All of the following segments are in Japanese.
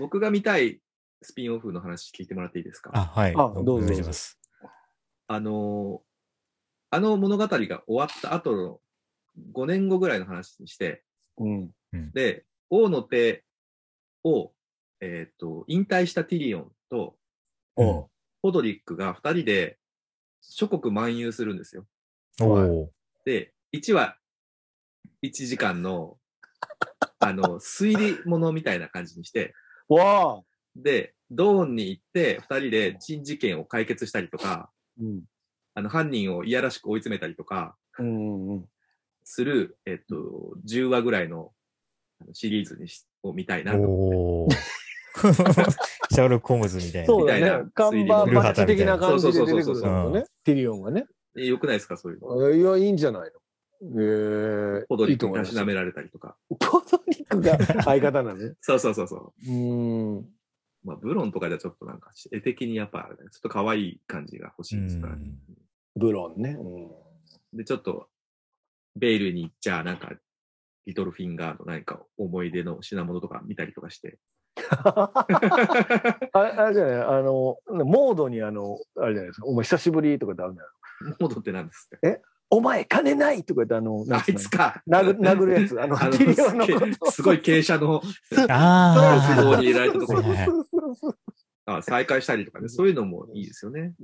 僕が見たいスピンオフの話聞いてもらっていいですか？ はい。 どうぞ。 お願いします。 あの物語が終わった後の5年後ぐらいの話にして、で、王の手を、引退したティリオンと、ポドリックが2人で諸国漫遊するんですよ。で、1話1時間の、推理ものみたいな感じにして、で、ドーンに行って2人で珍事件を解決したりとか、犯人をいやらしく追い詰めたりとか、する、10話ぐらいのシリーズを見たいなと思って。 シャーロック・ホームズみたいな。 そうだね。看板橋的な感じで出てくるのね。ティリオンがね。 よくないですか、そういうの。いや、いいんじゃないの。ポドリックにたしなめられたりとか。 ポドリックが相方なのね。 そう。まあ、ブロンとかではちょっとなんか、絵的にやっぱ、ちょっと可愛い感じが欲しいですからね。 ブロンね。 で、ちょっと、ベイルに行っちゃ、なんか、リトルフィンガーの何か思い出の品物とか見たりとかして。 あれじゃない、モードにあれじゃないですか、お前久しぶりとかってあるんじゃないの？モードって何ですか？ お前金ないとか言ってあいつか。 殴るやつ。ティリオンのことすごい傾斜の、鉄道に入れられたところで。再開したりとかね、そういうのもいいですよね。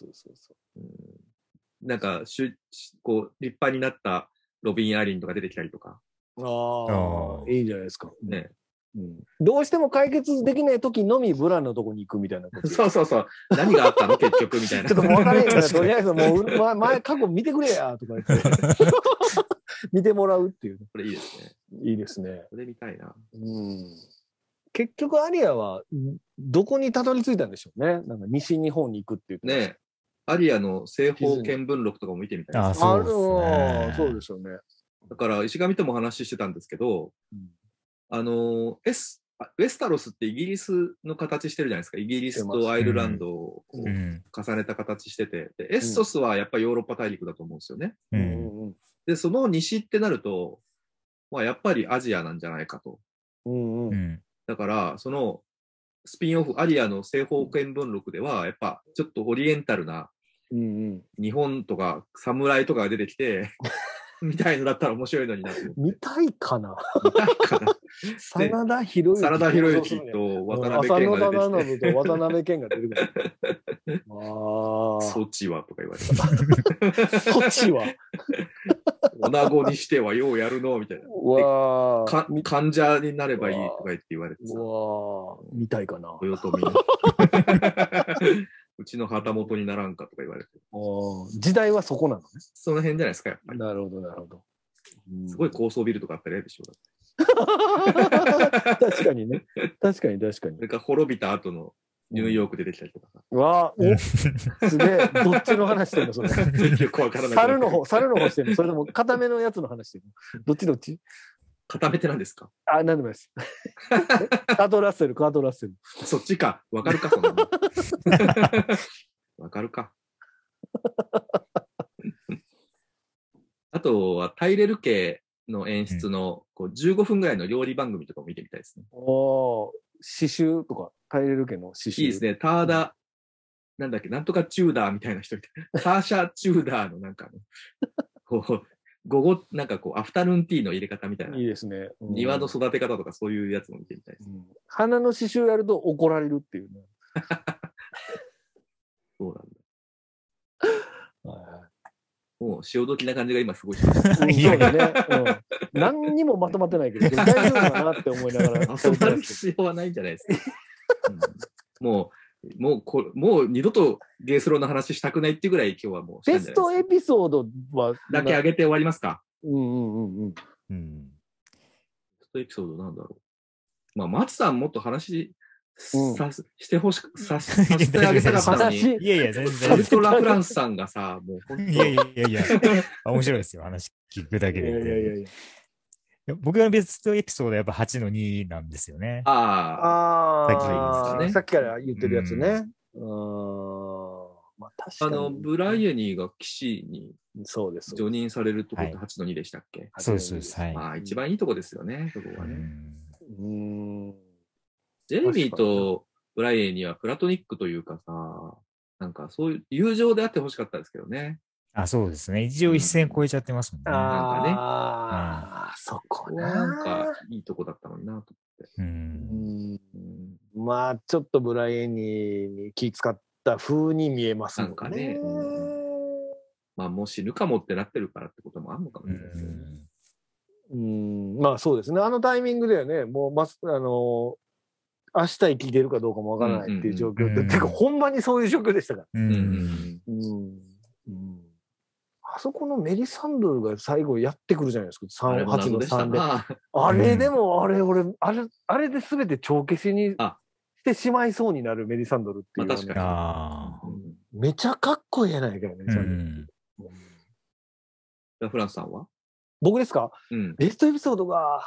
なんか、こう、立派になったロビン・アリンとか出てきたりとか。 いいじゃないですか。 ね。 どうしても解決できない時のみブランのとこに行くみたいなこと。 そう。何があったの結局みたいな。 ちょっともう分かれへんから、とりあえずもう、過去見てくれやとか言って。見てもらうっていう。 これいいですね。 いいですね。 これ見たいな。 結局アリアはどこにたどり着いたんでしょうね。なんか西日本に行くっていう。 ね。アリアの西方見聞録とかも見てみたいです。 そうですよね。 だから石上とも話してたんですけど、ウェスタロスってイギリスの形してるじゃないですか。イギリスとアイルランドを重ねた形してて、でエッソスはやっぱりヨーロッパ大陸だと思うんですよね。で、その西ってなると、まあやっぱりアジアなんじゃないかと。だから、そのスピンオフ、アリアの西方見聞録では、やっぱちょっとオリエンタルな、日本とか侍とかが出てきて、みたいのだったら面白いのになって。 見たいかな真田広之と渡辺謙が出てきて。 渡辺謙が出てくる。 そちはとか言われた。 そちは女子にしてはようやるのみたいな。患者になればいいとか言って言われてさ。 見たいかな。 豊臣。うちの旗本にならんかとか言われて。 時代はそこなのね。 その辺じゃないですか、やっぱり。 なるほど。 すごい高層ビルとかあったら嫌でしょ。 確かにね。確かに。 それから滅びた後のニューヨーク出てきたりとかさ。すげえ。どっちの話してんのそれ。 よくわからない。 猿の方してんのそれとも固めのやつの話してんのどっち固めてなんですか？ なんでもないです。カートラッセル。 そっちか。わかるか、そんなの。わかるか。あとは、タイレル家の演出のこう15分ぐらいの料理番組とかも見てみたいですね。 刺繍とか、タイレル家の刺繍。 いいですね。なんだっけ、なんとかチューダーみたいな人いて、ターシャ・チューダーのなんかこう、午後、なんかこう、アフタヌーンティーの入れ方みたいな。 いいですね。 庭の育て方とかそういうやつも見てみたいです。 花の刺繍やると怒られるっていうね。 そうなんだ。もう潮時な感じが今すごいしました。 そうだね。何にもまとまってないけど、大丈夫かなって思いながら。 遊ばる必要はないんじゃないですか。もう二度とゲースローの話したくないっていうぐらい今日はもうベストエピソードはだけ上げて終わりますか。 ベストエピソードなんだろう。まあ松さんもっと話してほしくさせてあげたかったのに。 いや全然。 ウルトラフランスさんがさ、もう本当に。 いや面白いですよ。話聞くだけで。僕のベストエピソードはやっぱ8の2なんですよね。 さっきから言ってるやつね。 ブライエニーが騎士に除任されるとこって8の2でしたっけ？ そうです。 まあ一番いいとこですよね、そこはね。 ジェイミーとブライエンにはプラトニックというかさ、なんかそういう友情であってほしかったですけどね。 あ、そうですね。一応一線超えちゃってますもんね。 なんかね。 ああ、そこな。 なんかいいとこだったのになと思って。 まあ、ちょっとブライエンに気使った風に見えますもんね。 なんかね。まあ、もう死ぬかもってなってるからってこともあるのかもしれないですよね。 まあそうですね。あのタイミングではね、もう明日生きてるかどうかもわからないっていう状況で、てかほんまにそういう状況でしたから。あそこのメリサンドルが最後やってくるじゃないですか。8の3で。あれでも、俺、あれで全て帳消しにしてしまいそうになるメリサンドルっていう、ね。 確かに。めちゃかっこいいやないかよね、 フランスさんは僕ですか、ベストエピソードが、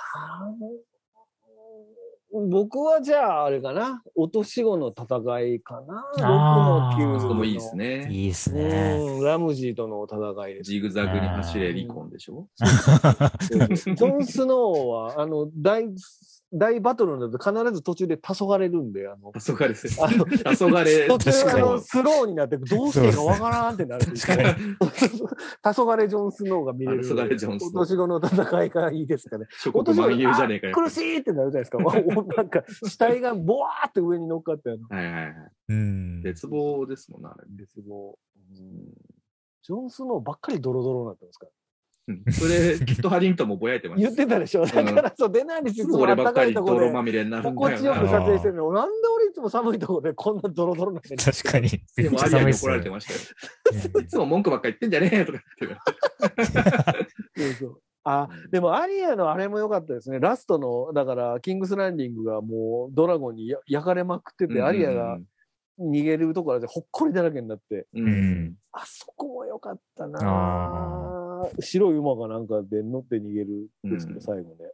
僕はじゃああれかな、落とし子の戦いかな。6の9 もいいですね。 いいですね。 ラムジーとの戦いです。 ジグザグに走れ離婚でしょ。 ジョン・スノーは大バトルだと必ず途中で黄昏れるんで、 黄昏です。黄昏。 途中スローになってどうしていいかわからんってなる。黄昏ジョン・スノーが見れる。 黄昏ジョン・スノー。 落とし子の戦いがいいですかね。 国万有じゃねえかよ。 苦しいってなるじゃないですか。なんか死体がボワーって上に乗っかって絶望ですもんね、あれ。 絶望。ジョン・スノーばっかりドロドロになってますから。 それ、キット・ハリントンもぼやいてました。 言ってたでしょ。だからそう、デナーリスいつも俺ばっかり泥まみれになるんだよな。 心地よく撮影してるの。なんで俺いつも寒いところでこんなドロドロなって確かに。 でもアリアに怒られてましたよ。いつも文句ばっかり言ってんじゃねえよとか言って。でもアリアのあれも良かったですね。ラストの、だからキングスランディングがもうドラゴンに焼かれまくってて、アリアが逃げるところでほっこりだらけになって。あそこも良かったな。白い馬かなんかで乗って逃げるんですけど、最後ね。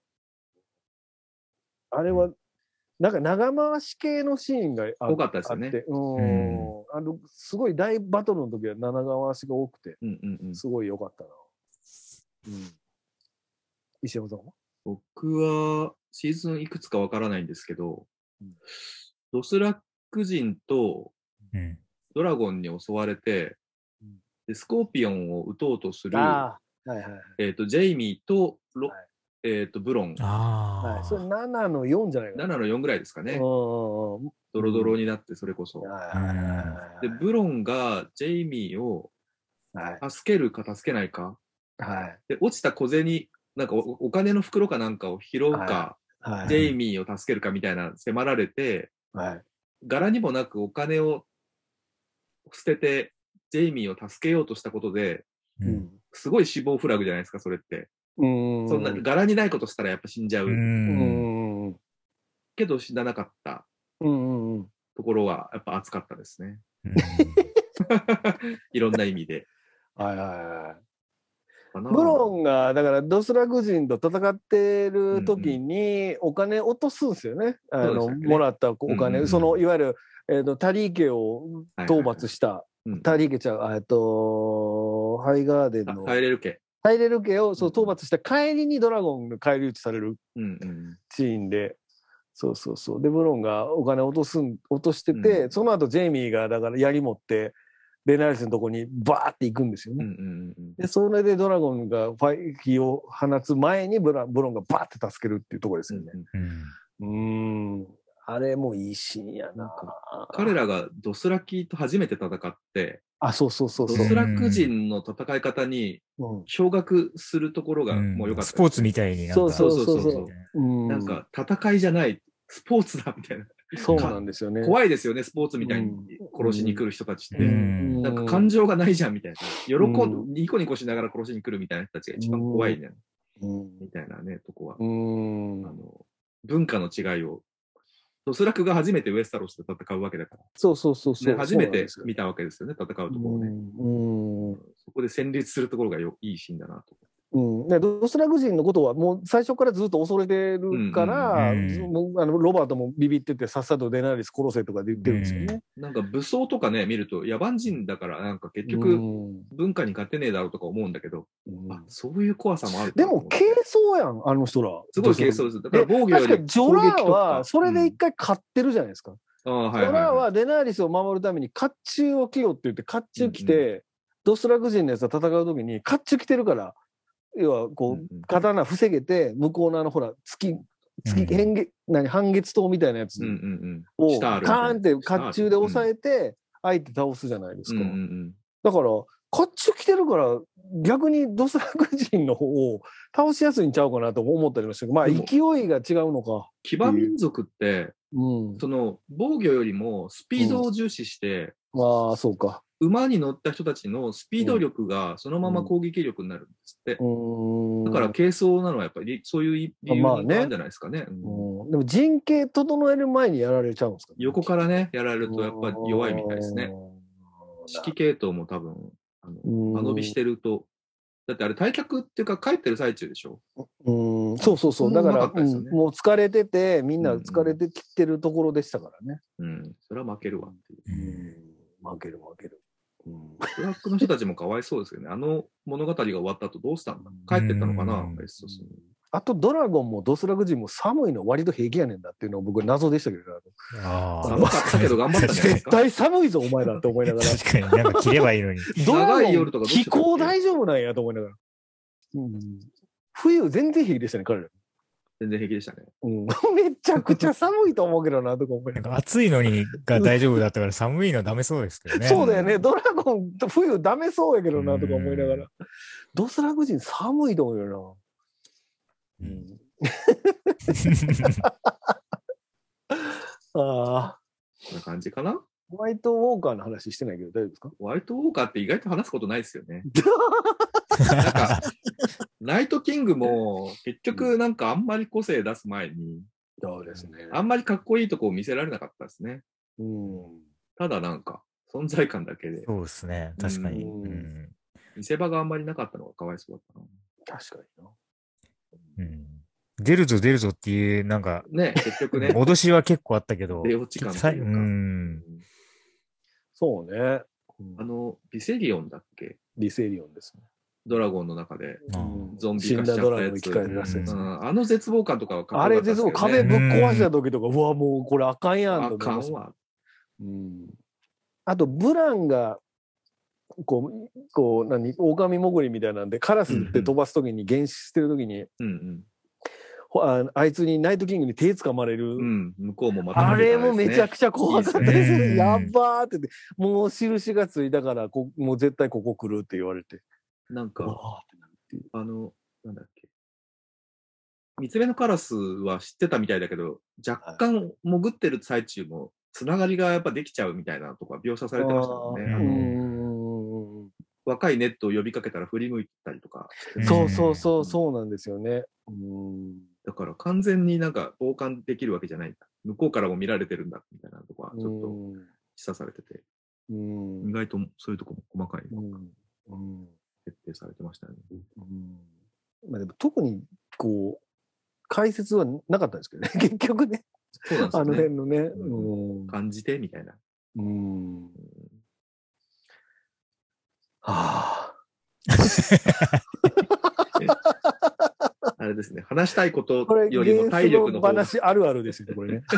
あれは、なんか長回し系のシーンが多かったですよね。 すごい大バトルの時は長回しが多くて、すごい良かったな。石山さんは？ 僕はシーズンいくつかわからないんですけど、ドスラック人とドラゴンに襲われて、でスコーピオンを撃とうとする、ジェイミーとブロン。 それ7の4じゃないかな。 7の4ぐらいですかね。ドロドロになって、それこそ。で、ブロンがジェイミーを助けるか助けないか。で、落ちた小銭、なんかお金の袋かなんかを拾うか、ジェイミーを助けるかみたいな迫られて、柄にもなくお金を捨てて、ジェイミーを助けようとしたことで、すごい死亡フラグじゃないですか、それって。そんな柄にないことしたらやっぱ死んじゃう。けど死ななかったところはやっぱ熱かったですね。いろんな意味で。 ブロンがだからドスラグ人と戦ってる時にお金落とすんですよね。もらったお金、そのいわゆるタリー家を討伐したタリー家ちゃうハイガーデンのハイレル家を討伐した帰りにドラゴンが返り討ちされるシーンで、そうでブロンがお金落としてて、その後ジェイミーがだから槍持ってデナーリスのとこにバーって行くんですよね。でそれでドラゴンが火を放つ前にブロンがバーって助けるっていうところですよね。あれもいいシーンやな。 彼らがドスラキと初めて戦って、 そうドスラク人の戦い方に驚愕するところがもう良かった。 スポーツみたいになんか。なんか戦いじゃない、スポーツだみたいな。 そうなんですよね。 怖いですよね、スポーツみたいに殺しに来る人たちって。なんか感情がないじゃんみたいな。ニコニコしながら殺しに来るみたいな人たちが一番怖いね。みたいなね、とこは。文化の違いを。ドスラクが初めてウエスタロスで戦うわけだから。初めて見たわけですよね、戦うところをね。そこで戦慄するところがいいシーンだなと。 ドスラグ人のことはもう最初からずっと恐れてるから、ロバートもビビっててさっさとデナーリス殺せとかで言ってるんですよね。 なんか武装とかね見ると野蛮人だからなんか結局文化に勝てねえだろうとか思うんだけど、 そういう怖さもある。 でも、軽装やん、あの人ら。 すごい軽装です。だから防御より確かにジョラーは、それで一回勝ってるじゃないですか。ジョラーはデナーリスを守るために、甲冑を着ろって言って、甲冑着て、ドスラク人のやつと戦うときに、甲冑着てるから、要は、こう、刀防げて、向こうのほら、半月刀みたいなやつを、カーンって甲冑で押さえて、相手倒すじゃないですか。だから、甲冑着てるから、逆にドスラク人の方を倒しやすいんちゃうかなと思ったりもしたけど、まあ、勢いが違うのか。 騎馬民族って、その防御よりもスピードを重視して、 ああ、そうか。 馬に乗った人たちのスピード力がそのまま攻撃力になるんですって。だから軽装なのはやっぱりそういう理由なんじゃないですかね。でも陣形整える前にやられちゃうんですかね。 横からね、やられるとやっぱり弱いみたいですね。指揮系統も多分、間延びしてると。だってあれ退却っていうか帰ってる最中でしょ。 そうそうそう。だから、もう疲れてて、みんな疲れてきてるところでしたからね。 それは負けるわっていう。 負ける。 トラックの人たちもかわいそうですよね。あの物語が終わった後どうしたんだ、帰ってったのかな、 あとドラゴンもドスラク人も寒いの割と平気やねんだっていうのは僕謎でしたけど、 寒かったけど頑張ったんじゃないですか。 絶対寒いぞお前らって思いながら。 確かになんか着ればいいのに。 長い夜とか気候大丈夫なんやと思いながら。冬全然平気でしたね、彼ら。 全然平気でしたね。 めちゃくちゃ寒いと思うけどな、とか思いながら。 暑いのにが大丈夫だったから寒いのはダメそうですけどね。 そうだよね。ドラゴンと冬ダメそうやけどな、とか思いながら。ドスラク人寒いと思うよな。 こんな感じかな。 ホワイトウォーカーの話してないけど大丈夫ですか？ ホワイトウォーカーって意外と話すことないですよね。なんか、ナイトキングも結局なんかあんまり個性出す前に、 そうですね。 あんまりかっこいいとこを見せられなかったですね。ただなんか、存在感だけで。 そうですね。確かに。 見せ場があんまりなかったのがかわいそうだったな。確かにな。 出るぞっていう、なんか、 ね、結局ね。 脅しは結構あったけど。 出落ち感というか。 そうね。 ビセリオンだっけ？ ビセリオンですね。 ドラゴンの中で、ゾンビ化しちゃったやつ。あの絶望感とかはあれ絶望、壁ぶっ壊した時とか、うわ、もうこれあかんやんと思います。あかんわ。あと、ブランが、狼潜りみたいなんで、カラスって飛ばす時に、原始してる時に、あいつにナイトキングに手掴まれる。 向こうもまた、 あれもめちゃくちゃ怖かったですね。やっばーって言って、もう印がついたから、もう絶対ここ来るって言われて。 なんか、なんだっけ。三つ目のカラスは知ってたみたいだけど、若干潜ってる最中も、つながりがやっぱできちゃうみたいなとか描写されてましたもんね。若いネットを呼びかけたら振り向いたりとか。 そうなんですよね。 だから完全になんか傍観できるわけじゃないんだ。向こうからも見られてるんだみたいなとこはちょっと示唆されてて。意外とそういうとこも細かい設定されてましたね。 まあでも特にこう解説はなかったんですけどね、結局ね。 そうなんですよね。 あの辺のね。 感じてみたいな。 はあ。 あれですね。話したいことよりも体力の方が。 話あるあるですよね、これね。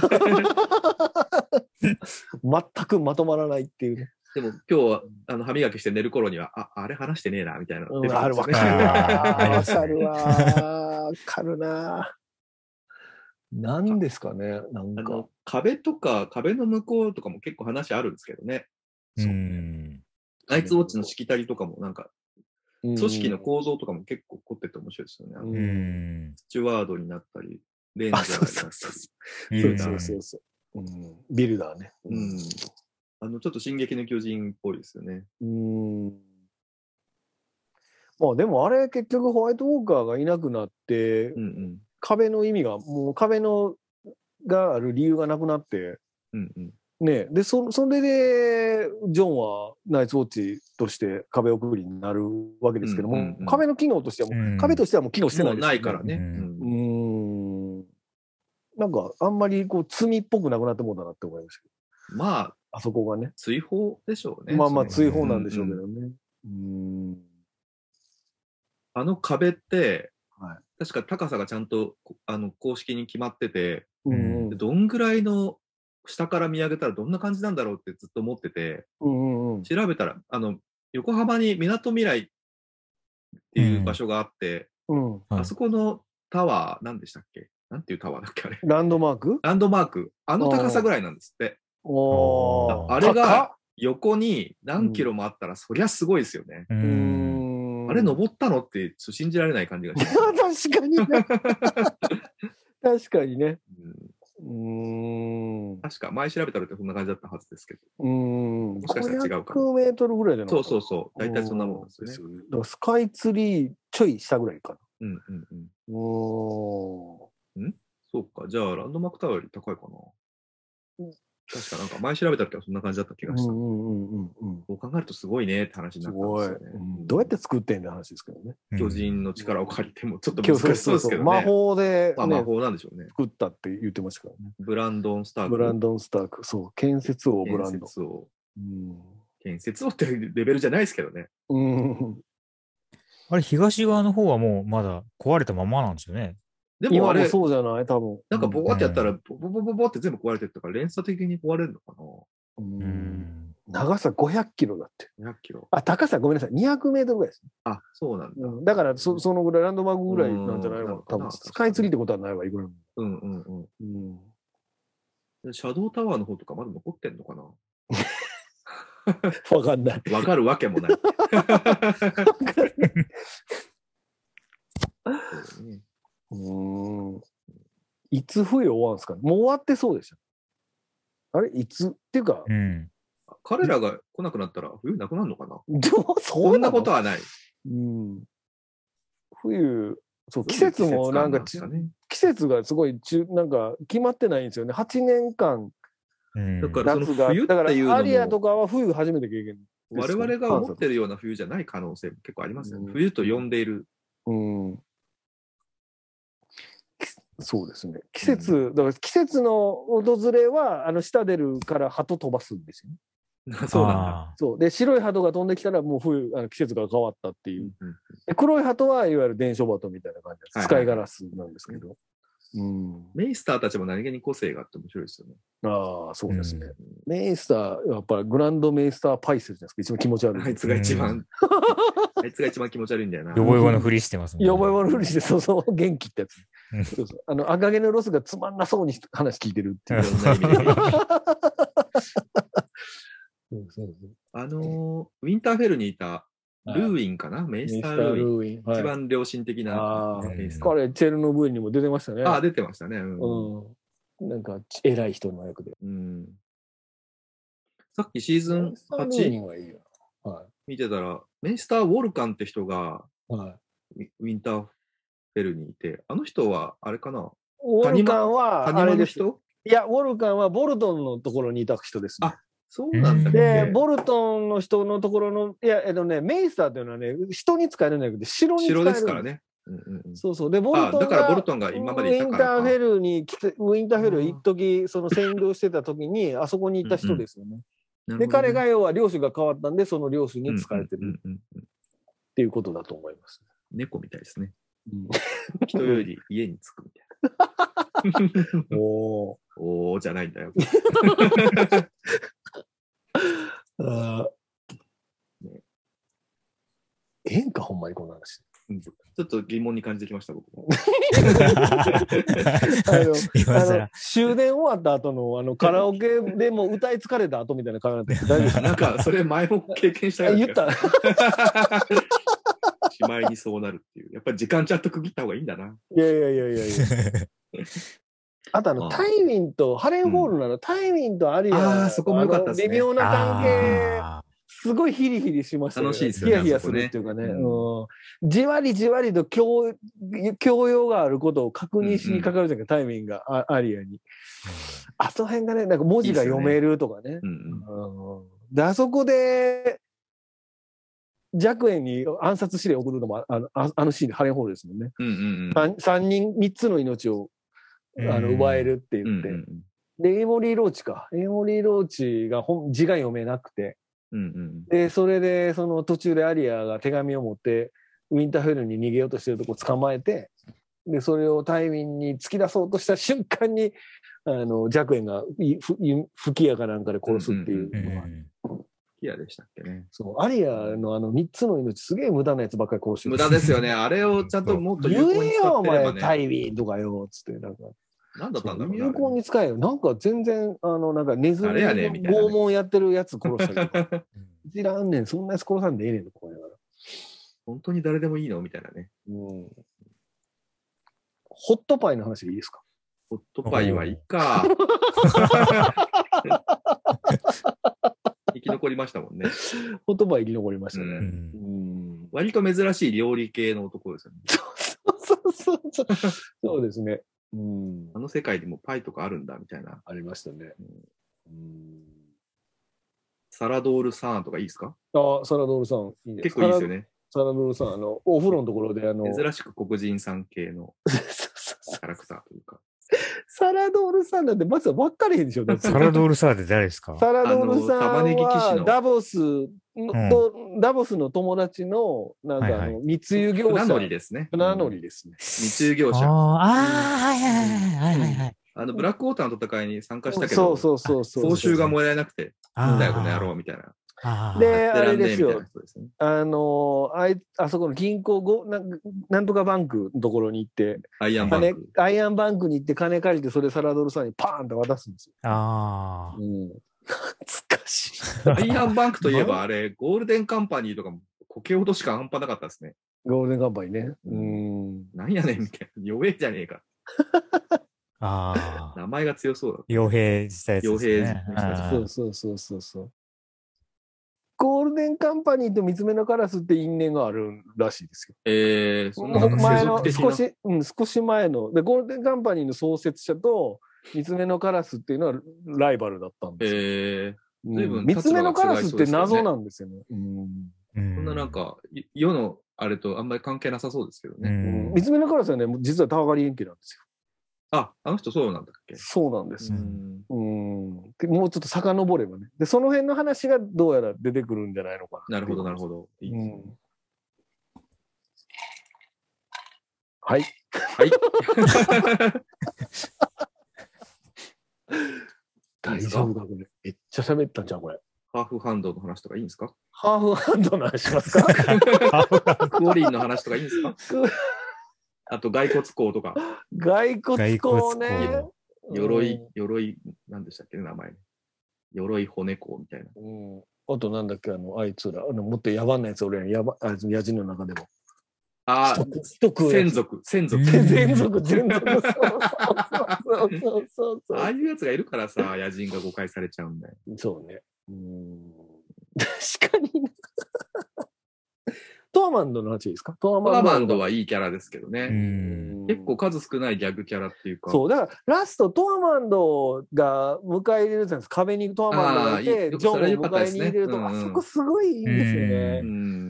全くまとまらないっていうね。 でも今日は歯磨きして寝る頃には、あれ話してねえな、みたいな。 あるわかるわ。わかるわ。わかるな。何ですかね、なんか。 壁とか、壁の向こうとかも結構話あるんですけどね。ナイツウォッチのしきたりとかもなんか、組織の構造とかも結構凝ってて面白いですよね。スチュワードになったり、レンジャーになったり。 そう。ビルダーね。 ちょっと進撃の巨人っぽいですよね。 まあでもあれ結局ホワイトウォーカーがいなくなって、壁の意味が、もう壁がある理由がなくなって、ね、で、それで、ジョンはナイツウォッチとして壁送りになるわけですけども、壁の機能としてはもう、壁としてはもう機能してないですよね。 ないからね。 なんか、あんまりこう、罪っぽくなくなってもんだなって思いましたけど。 まあ、 あそこがね。 追放でしょうね。 まあ、追放なんでしょうけどね。 あの壁って、確か高さがちゃんと公式に決まってて、どんぐらいの下から見上げたらどんな感じなんだろうってずっと思ってて、調べたら横浜にみなとみらいっていう場所があって、あそこのタワー何でしたっけ？なんていうタワーだっけあれ？ ランドマーク？ ランドマーク。あの高さぐらいなんですって。あれが横に何キロもあったらそりゃすごいですよね。あれ登ったのって信じられない感じがします。確かにね。確かにね。 確か前調べたらそんな感じだったはずですけど。もしかしたら違うか 500メートルぐらいじゃない？ そう。大体そんなもんですよね。 だからスカイツリーちょい下ぐらいかな。 そうか。じゃあランドマークタワーより高いかな。確かなんか前調べた時はそんな感じだった気がした。そう考えるとすごいねって話になったんですよね。 どうやって作ってんって話ですけどね。 巨人の力を借りてもちょっと難しそうですけどね。 魔法で、 魔法なんでしょうね。 作ったって言ってましたからね。 ブランドン・スターク。 ブランドン・スターク。そう。建設王ブランドン。 建設王ってレベルじゃないですけどね。 あれ、東側の方はもうまだ壊れたままなんですよね。 でもあれ、そうじゃない多分。 なんかボワってやったら、ボワって全部壊れてるとか、連鎖的に壊れるのかな。長さ500キロだって。 500キロ。 高さごめんなさい。200メートルぐらいです。 そうなんだ。 だからそのぐらい、ランドマークぐらいなんじゃないの多分。スカイツリーってことはないわ、いくらも。 シャドウタワーの方とかまだ残ってんのかな？ わかんない。 わかるわけもない。 いつ冬終わるんですかね？もう終わってそうでしょ。あれいつっていうか、 彼らが来なくなったら冬なくなるのかな？ そんなことはない。 冬、そう、季節もなんか、季節がすごいなんか決まってないんですよね。8年間。 だからその冬っていうのも、 アリアとかは冬初めて経験。 我々が思ってるような冬じゃない可能性も結構ありますよね。冬と呼んでいる。 そうですね。季節、だから季節の訪れは、下出るから鳩飛ばすんですよね。そうなんだ。 そう。で、白い鳩が飛んできたらもう冬、季節が変わったっていう。黒い鳩はいわゆる伝書鳩みたいな感じです。スカイガラスなんですけど。 メイスターたちも何気に個性があって面白いですよね。 そうですね。メイスター、やっぱりグランドメイスターパイセルじゃないですか。一番気持ち悪い。 あいつが一番気持ち悪いんだよな。 ヨボヨボのふりしてますね。 ヨボヨボのふりして、そう元気ってやつ。赤毛のロスがつまんなそうに話聞いてるっていう。ウィンターフェルにいたルーインかな、メイスター・ルーイン。一番良心的な。 彼、チェルノブイリにも出てましたね。 出てましたね。 なんか、偉い人の役で。 さっきシーズン8見てたら、メイスター・ウォルカンって人が、ウィンターフェルにいて、あの人は、あれかな？ ウォルカンは、 谷間の人？ いや、ウォルカンはボルトンのところにいた人ですね。 そうなんだっけ？ で、ボルトンの人のところの、いや、メイスターっていうのはね、人に使えるんじゃなくて、城に使える。 城ですからね。 そうそう。で、ボルトンが、 だからボルトンが今までいたからか。 ウィンターフェルに来て、ウィンターフェル一時その占領してた時に、あそこにいた人ですよね。で、彼が要は領主が変わったんで、その領主に使えてるっていうことだと思います。 猫みたいですね。人より家に着くみたいな。おーじゃないんだよ。 演歌ほんまにこんな話。 ちょっと疑問に感じてきました、僕も。 終電終わった後のカラオケでも歌い疲れた後みたいな感じで大丈夫？ なんか、それ前も経験したよ。 言った。 しまいにそうなるっていう。やっぱり時間ちゃんと区切った方がいいんだな。 いや。あとタイウィンと、ハレンホールなの、タイウィンとアリア、 そこも良かったですね。 微妙な関係、すごいヒリヒリしましたね。 楽しいですよね。 ヒヤヒヤするっていうかね。じわりじわりと教養があることを確認しにかかるじゃないか、タイウィンがアリアに。あその辺がね、なんか文字が読めるとかね。で、あそこで、ジャクエンに暗殺指令を送るのも、あのシーンでハレンホールですもんね。3つの命を奪えるって言って。で、エイモリー・ローチか。エイモリー・ローチが字が読めなくて。で、それで、その途中でアリアが手紙を持って、 ウィンターフェルに逃げようとしてるとこ捕まえて、でそれをタイミンに突き出そうとした瞬間にジャクエンが吹き矢かなんかで殺すっていうのが、 吹き矢でしたっけね。 そうアリアの3つの命すげえ無駄なやつばっかり殺してる。 無駄ですよね。あれをちゃんともっと有効に使ってればね。 言えよお前タイビンとかよつってなんか。 何だったんだろう有効に使えよ。なんか全然なんかネズミの拷問やってるやつ殺したりとか。いらんねん、そんなやつ殺さんでええねんとか思いながら。 本当に誰でもいいのみたいなね。 ホットパイの話でいいですか？ ホットパイはいいか。生き残りましたもんね。 ホットパイ生き残りましたね。 割と珍しい料理系の男ですよね。 そうですね。 あの世界でもパイとかあるんだみたいな。 ありましたね。 サラドールサーンとかいいですか？ サラドールさんいいです。 結構いいですよね。 サラドールさんお風呂のところで珍しく黒人さん系のキャラクターというか。 サラドールさんなんてまずは分かれへんでしょ。 サラドールさんって誰ですか？ サラドールさんはダボスの友達のなんか密輸業者。 船乗りですね。 船乗りですね。 密輸業者。 はいはい。 ブラックウォーターの戦いに参加したけど、報酬がもらえなくて、なんだよこの野郎みたいな。 で、あれですよ。あそこの銀行なんとかバンクのところに行って、アイアンバンクに行って金借りて、それサラドルさんにパーンって渡すんですよ。懐かしい。 アイアンバンクといえばあれ、ゴールデンカンパニーとかもこけ落としか半端なかったですね。 ゴールデンカンパニーね。 なんやねんみたいな。弱えじゃねえか。名前が強そうだ。 傭兵したやつですね。 そう。ゴールデンカンパニーと三つ目のカラスって因縁があるらしいですよ。 そんな前の少し前のでゴールデンカンパニーの創設者と三つ目のカラスっていうのはライバルだったんですよ。三つ目のカラスって謎なんですよね。 そんななんか世のあれとあんまり関係なさそうですけどね。 三つ目のカラスはね実はタワガリエン家なんですよ。 あの人そうなんだっけ？ そうなんです。もうちょっと遡ればね。で、その辺の話がどうやら出てくるんじゃないのかな。 なるほど、なるほど。いいですね。 はい。 はい。 大丈夫かこれ。めっちゃ喋ったんじゃん、これ。 ハーフハンドの話とかいいんですか？ ハーフハンドの話しますか？ クオリンの話とかいいんですか？あと、骸骨鋼とか。 骸骨鋼ね。 鎧、なんでしたっけね、名前。鎧骨鋼みたいな。 あと、なんだっけ、あいつら、もっと野蛮なやつ、俺ら、野人の中でも。専属。そう。ああいうやつがいるからさ、野人が誤解されちゃうんだよ。そうね。確かに。トアマンドの話ですか？ トアマンドはいいキャラですけどね。結構数少ないギャグキャラっていうか。 そう、だからラストトアマンドが迎え入れるじゃないですか。壁にトアマンドがいて、ジョンを迎えに入れると、あそこすごいいいんですよね。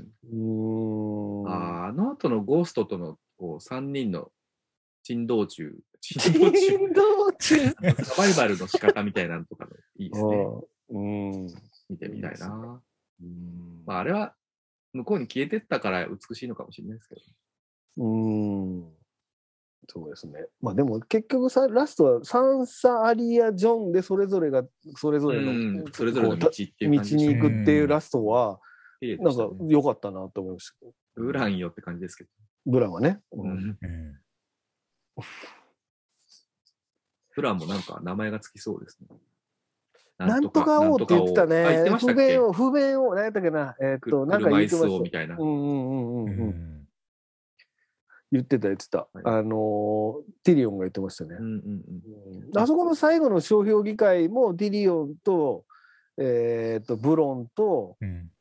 あの後のゴーストとの3人の珍道中。サバイバルの仕方みたいなのとかいいですね。見てみたいな。まあ、あれは、向こうに消えてったから美しいのかもしれないですけど。 そうですね。まあでも結局ラストはサンサ、アリア、ジョンでそれぞれの道っていう感じに行くっていうラストは、なんか良かったなと思いました。 ブランよって感じですけど。 ブランはね。 ブランもなんか名前がつきそうですね。 なんとか王って言ってたね。不便を、何やったっけな。なんか言ってました。 みたいな。 言ってた。ティリオンが言ってましたね。あそこの最後の商標議会もティリオンと、ブロンと、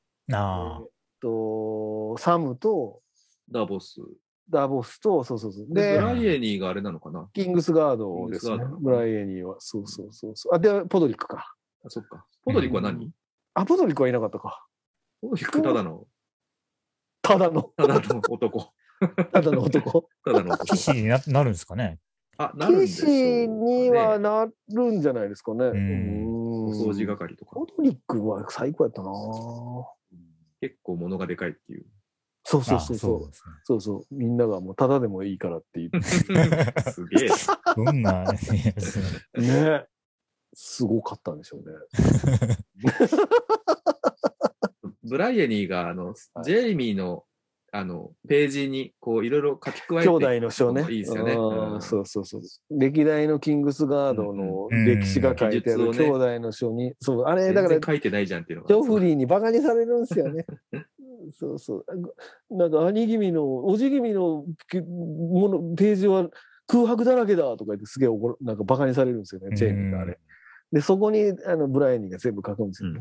サムと、 ダボスと、そう。 で、ブライエニーがあれなのかな？ キングスガードですね。ブライエニーは。そう。あ、で、ポドリックか。 あ、そっか。ポドリックは何？ ポドリックはいなかったか。 ポドリックただの男。ただの男。 騎士になるんですかね？ 騎士にはなるんじゃないですかね。 お掃除係とか。 ポドリックは最高やったな。 結構物がでかいっていう。 そうそうそうそう。そうそう。みんながもうただでもいいからって言って。 すげえ。 どんな、 ね。すごかったんでしょうね。 ブライエニーが、ジェイミーの、ページに、こう、いろいろ書き加えて、 兄弟の書ね。 いいですよね。 そうそうそう。歴代のキングスガードの歴史が書いてある兄弟の書に、そう、あれ、だから、 書いてないじゃんっていうのが。 ジョフリーにバカにされるんですよね。そうそう。なんか、兄気味の、おじ気味のページは空白だらけだとか言って、すげえなんかバカにされるんですよね、ジェイミーがあれ。で、そこに、ブライエニーが全部書くんですよね。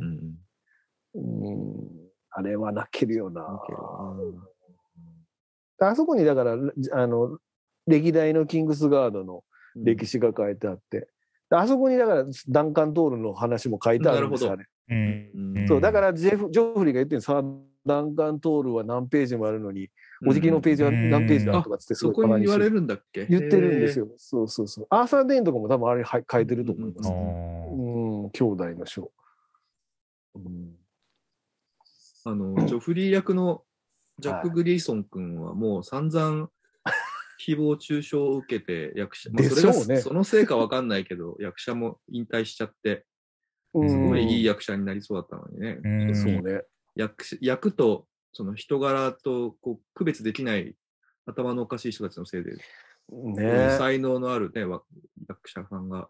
あれは泣けるよな。あそこにだから歴代のキングスガードの歴史が書いてあって、あそこにだからダンカン・トールの話も書いてあるんですよね。そうだからジョフリーが言ってるんです。ダンカン・トールは何ページもあるのに、おじきのページは何ページだとかつって、 そこに言われるんだっけ？ 言ってるんですよ。そうそうそう。アーサー・デインとかも多分あれ書いてると思います。兄弟の書。 ジョフリー役のジャック・グリーソン君はもう散々誹謗中傷を受けて役者、それがそのせいかわかんないけど、役者も引退しちゃって、すごいいい役者になりそうだったのにね。 そうね。 役とその人柄とこう区別できない頭のおかしい人たちのせいで、才能のある、ね、役者さんが。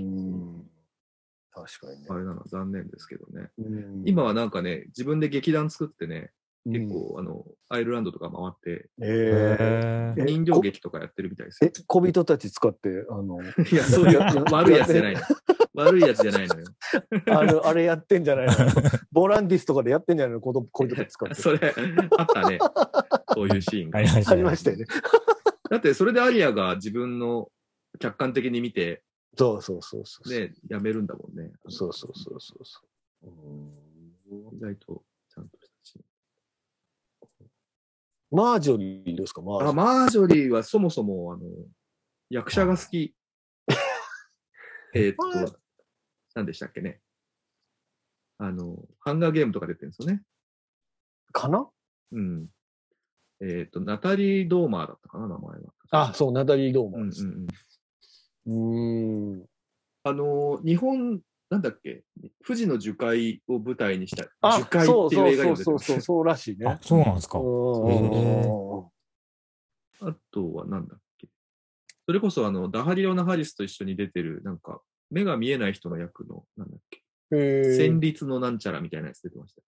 確かにね。 あれなの残念ですけどね。今はなんかね、自分で劇団作ってね、結構アイルランドとか回って、人形劇とかやってるみたいですよ。 小人たち使って、 いや、そういう悪いやつじゃないの。悪いやつじゃないのよ。 あれやってんじゃないの。ボランティスとかでやってんじゃないの、小人たち使って。 それ、あったね。そういうシーンが。 ありましたよね。 だって、それでアリアが自分の客観的に見て、 そうそうそうそう。 ね、やめるんだもんね。 そうそうそうそう。 意外とちゃんとしたシーン。 マージョリーですか？ マージョリーはそもそも役者が好き。何でしたっけね。ハンガーゲームとか出てるんですよね。 かな？ うん。ナタリー・ドーマーだったかな、名前は。そう、ナタリー・ドーマーです。 日本、なんだっけ、富士の樹海を舞台にした樹海っていう映画にも出てます。 そうらしいね。 そうなんですか。あとはなんだっけ。それこそダハリオナ・ハリスと一緒に出てる、なんか、目が見えない人の役の、なんだっけ。戦慄のなんちゃらみたいなやつ出てました。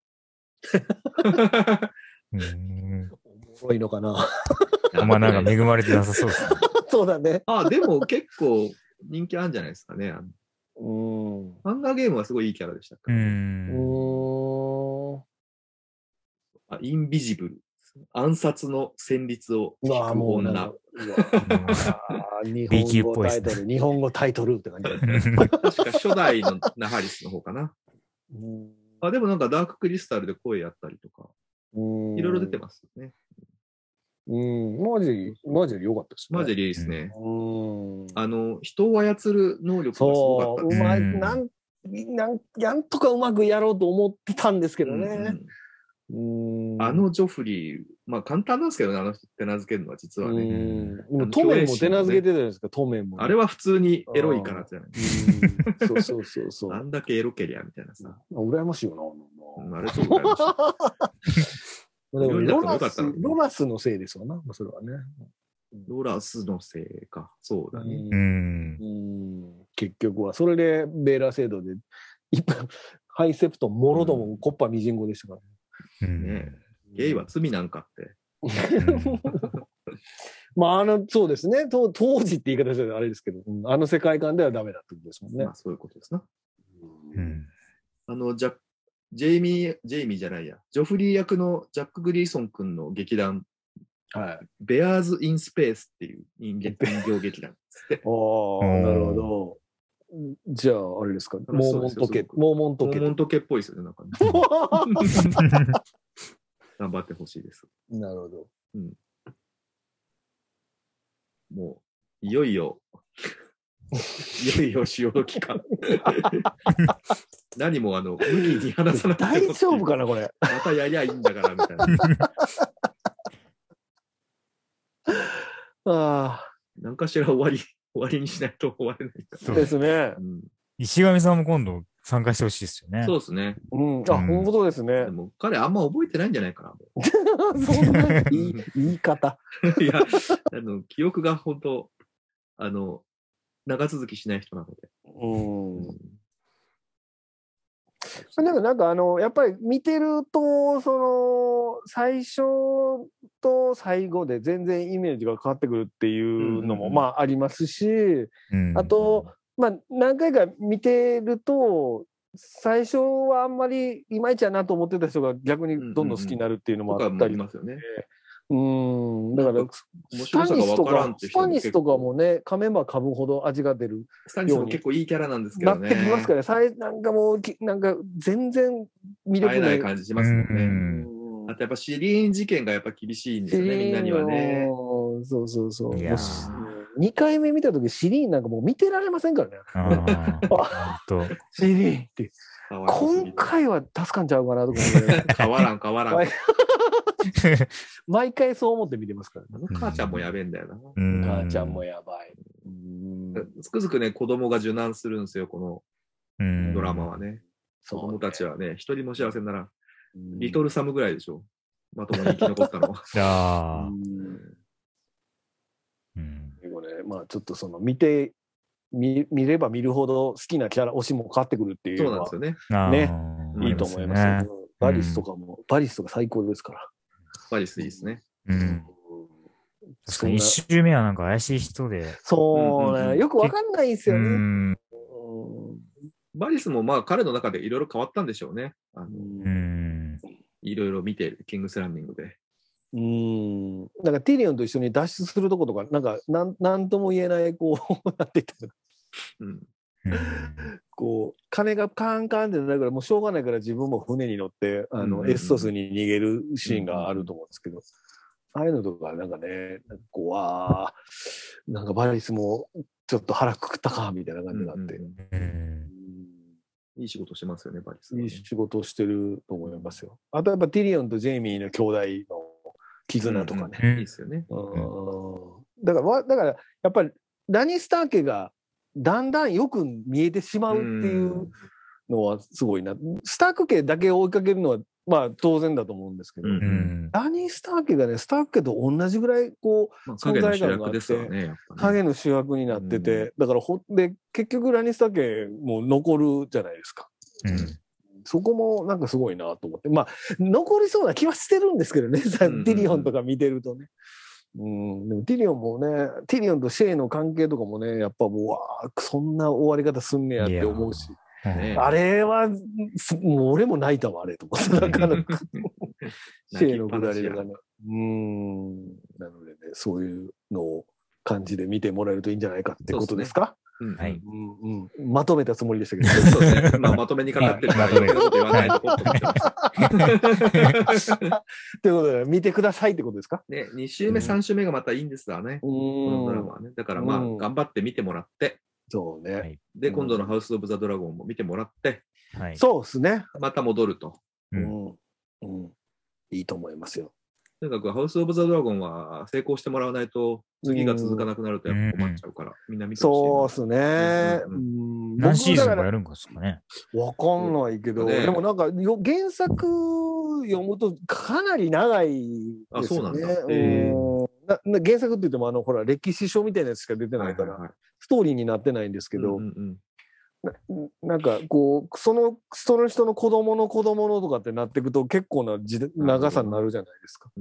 おもろいのかな。 なんか恵まれてなさそうですね。 そうだね。 でも結構人気あるんじゃないですかね。ハンガーゲームはすごいいいキャラでしたから、インビジブル。暗殺の旋律を聞く女。 日本語タイトルって感じ。 確か初代のナハリスの方かな。でもなんかダーククリスタルで声やったりとか、いろいろ出てますね。 マジェリー良かったですね。 マジェリーですね。人を操る能力がすごかった。 うまい、なんとかうまくやろうと思ってたんですけどね。 ジョフリー、簡単なんですけどね、あの人手なずけるのは実はね。 トメンも手なずけてたじゃないですか、トメンも。 あれは普通にエロいからじゃない。 そう。 あんだけエロけりゃみたいなさ。 羨ましいよな。あれちょっと羨ましい。 ロラスのせいですわな、それはね。 ロラスのせいか、そうだね。 結局は、それでベーラ制度で、ハイセプトン、モロドもコッパみじんごでしたからね。ゲイは罪なんかって。 そうですね。当時って言い方じゃあれですけど、あの世界観ではダメだってことですもんね。 そういうことですな。ジェイミーじゃないや。ジョフリー役のジャック・グリーソン君の劇団、ベアーズ・イン・スペースっていう人形劇団ですって。 なるほど。じゃあ、あれですか。モーモントケっぽいですよね、なんかね。頑張ってほしいです。 なるほど。 もう、いよいよ潮時か。何も無理に話さなくて大丈夫かな、これ。 またやりゃいいんだから、みたいな。 何かしら終わりにしないと終われないから。 そうですね。 石上さんも今度参加してほしいですよね。 そうですね。 本当ですね。 でも彼あんま覚えてないんじゃないかな。 そんな言い方。 いや、記憶が本当、長続きしない人なので。 なんかやっぱり見てると、最初と最後で全然イメージが変わってくるっていうのも、まあありますし、あと、まあ何回か見てると、最初はあんまりいまいちやなと思ってた人が逆にどんどん好きになるっていうのもあったりますよね。 だからスパニスとかもね、噛めば噛むほど味が出る。 スタニスも結構いいキャラなんですけどね。 なってきますからね。なんかもうなんか全然魅力ない感じしますもんね。あとやっぱシリーン事件がやっぱ厳しいんですよね、みんなにはね。 そうそうそう。2回目見たときシリーンなんかもう見てられませんからね。シリーンって。今回は助かんちゃうかなとか思って。 変わらん。 毎回そう思って見てますからね。母ちゃんもやべえんだよな。 母ちゃんもやばい。 つくづくね、子供が受難するんですよ、このドラマはね。子供たちはね、一人も幸せにならん。リトルサムぐらいでしょ。まともに生き残ったのは。 でもね、まあちょっと見れば見るほど好きなキャラ、推しも変わってくるっていうのは。 そうなんですよね。 いいと思います。バリスとか最高ですから。 バリスいいですね。 確かに1周目はなんか怪しい人で。 そうね。よくわかんないんですよね。 バリスもまあ彼の中でいろいろ変わったんでしょうね。いろいろ見て、キングスランディングで。 なんかティリオンと一緒に脱出するとことか、なんとも言えない、こう、なっていった。こう、金がカンカンってなるから、もうしょうがないから自分も船に乗って、エッソスに逃げるシーンがあると思うんですけど、ああいうのとか、なんかね、なんかバリスもちょっと腹くくったか、みたいな感じがあって。 いい仕事してますよね、バリス。 いい仕事をしてると思いますよ。あとやっぱティリオンとジェイミーの兄弟の絆とかね。 いいですよね。 だからやっぱりラニスター家がだんだんよく見えてしまうっていうのはすごいな。スターク家だけ追いかけるのはまあ当然だと思うんですけど、ラニスター家がね、スターク家と同じぐらいこう、 存在感があって、 影の主役になってて、だからで結局ラニスター家も残るじゃないですか。そこもなんかすごいなと思って。まあ、残りそうな気はしてるんですけどね、ティリオンとか見てるとね。でもティリオンもね、ティリオンとシェイの関係とかもね、やっぱもう、そんな終わり方すんねやって思うし。あれは、もう俺も泣いたわ、あれと思って。なかなか。シェイのくだりとかね。なのでね、そういうのを感じで見てもらえるといいんじゃないかってことですか？まとめたつもりでしたけど。 そうですね。まとめにかかってるから、余計なこと言わないと。 ということで、見てくださいってことですか？ ね、2週目、3週目がまたいいんですわね。このドラマはね。だからまあ、頑張って見てもらって。 そうね。 で、今度のハウス・オブ・ザ・ドラゴンも見てもらって。 そうですね。 また戻ると。 いいと思いますよ。 とにかくハウス・オブ・ザ・ドラゴンは成功してもらわないと次が続かなくなるとやっぱ困っちゃうから、みんな見てほしい。 そうですね。 何シーズンもやるんですかね。 わかんないけど、でもなんか原作読むとかなり長いですよね。原作って言ってもほら歴史書みたいなやつしか出てないから、ストーリーになってないんですけど、なんかこうその人の子供のとかってなっていくと結構な長さになるじゃないですか。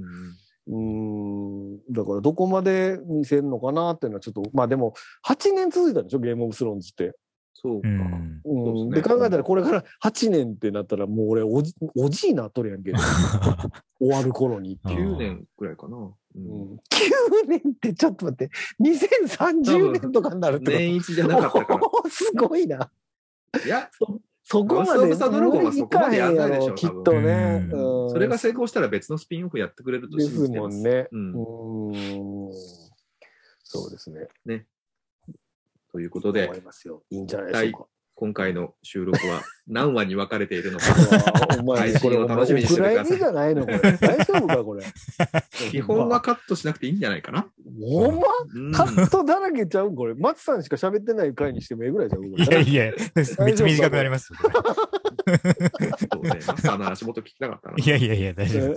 だからどこまで見せるのかなっていうのはちょっとまあでも8年続いたんでしょ、ゲームオブスローンズって。 そうか。 で考えたらこれから8年ってなったらもう俺おじいなっとるやんけど終わる頃に 9年くらいかな。 9年ってちょっと待って2030年とかになるって年一じゃなかったからすごいな。 いやそこまでドラゴンはそこまでやんないでしょ、 きっとね。 それが成功したら別のスピンオフやってくれると信じてます。 ですもんね。そうですね。 ね。ということで、 いいんじゃないでしょうか。 今回の収録は何話に分かれているのか。 配信を楽しみにしてください。じゃないのこれ。大丈夫かこれ。 基本はカットしなくていいんじゃないかな。 ほんま、カットだらけちゃうこれ。松さんしか喋ってない回にしてもええぐらいじゃん。 いやいや、めっちゃ短くなりますよ。 そうね。松さんの足元聞きたかったな。 いやいやいや、大丈夫です。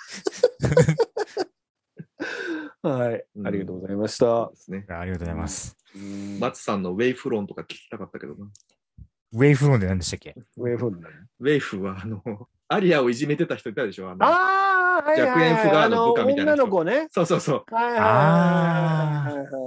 はい。ありがとうございました。 ありがとうございます。 松さんのウェイフロンとか聞きたかったけどな。 ウェイフロンで何でしたっけ？ ウェイフロン。 ウェイフは、アリアをいじめてた人いたでしょ？ 弱縁フガーの部下みたいな人。 女の子ね。 そうそうそう。 あ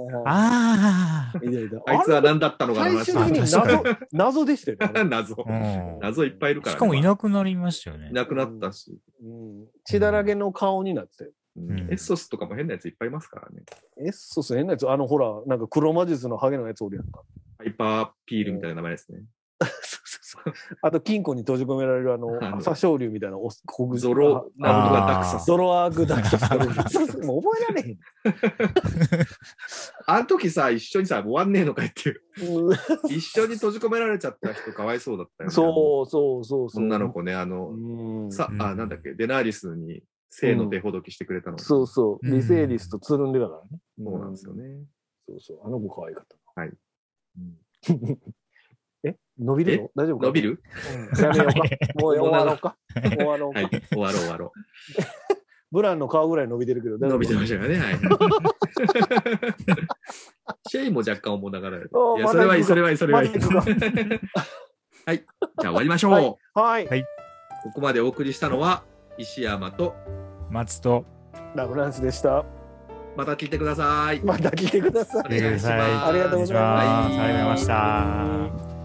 いつは何だったのかな。 最終的に謎でしたよね。 謎いっぱいいるから。 しかもいなくなりましたよね。 いなくなったし。 血だらけの顔になってたよ。 エッソスとかも変なやついっぱいいますからね。 エッソス変なやつ、ほら、なんか黒魔術のハゲのやつおるやんか。 ハイパーピールみたいな名前ですね。 あと、金庫に閉じ込められる朝青龍みたいなゾロアーグダクサス。 ゾロアーグダクサス。もう覚えられへん。 あの時さ、一緒にさ、終わんねえのかいっていう。一緒に閉じ込められちゃった人かわいそうだったよね。 そう。 女の子ね、なんだっけ、デナーリスに性の手ほどきしてくれたの。 そう。リセーリスとつるんでたからね。 そうなんですよね。 そう。あの子可愛かった。 はい。 伸びるの？大丈夫か？ 伸びる？ やめようか。もう終わろうか。 はい、終わろう。 ブランの顔ぐらい伸びてるけど、 伸びてましたよね。はい。シェイも若干思いながら。いや、それはいい。はい。じゃあ終わりましょう。はい。 ここまでお送りしたのは、石山と松とラブランスでした。 また聞いてください。 お願いします。 ありがとうございました。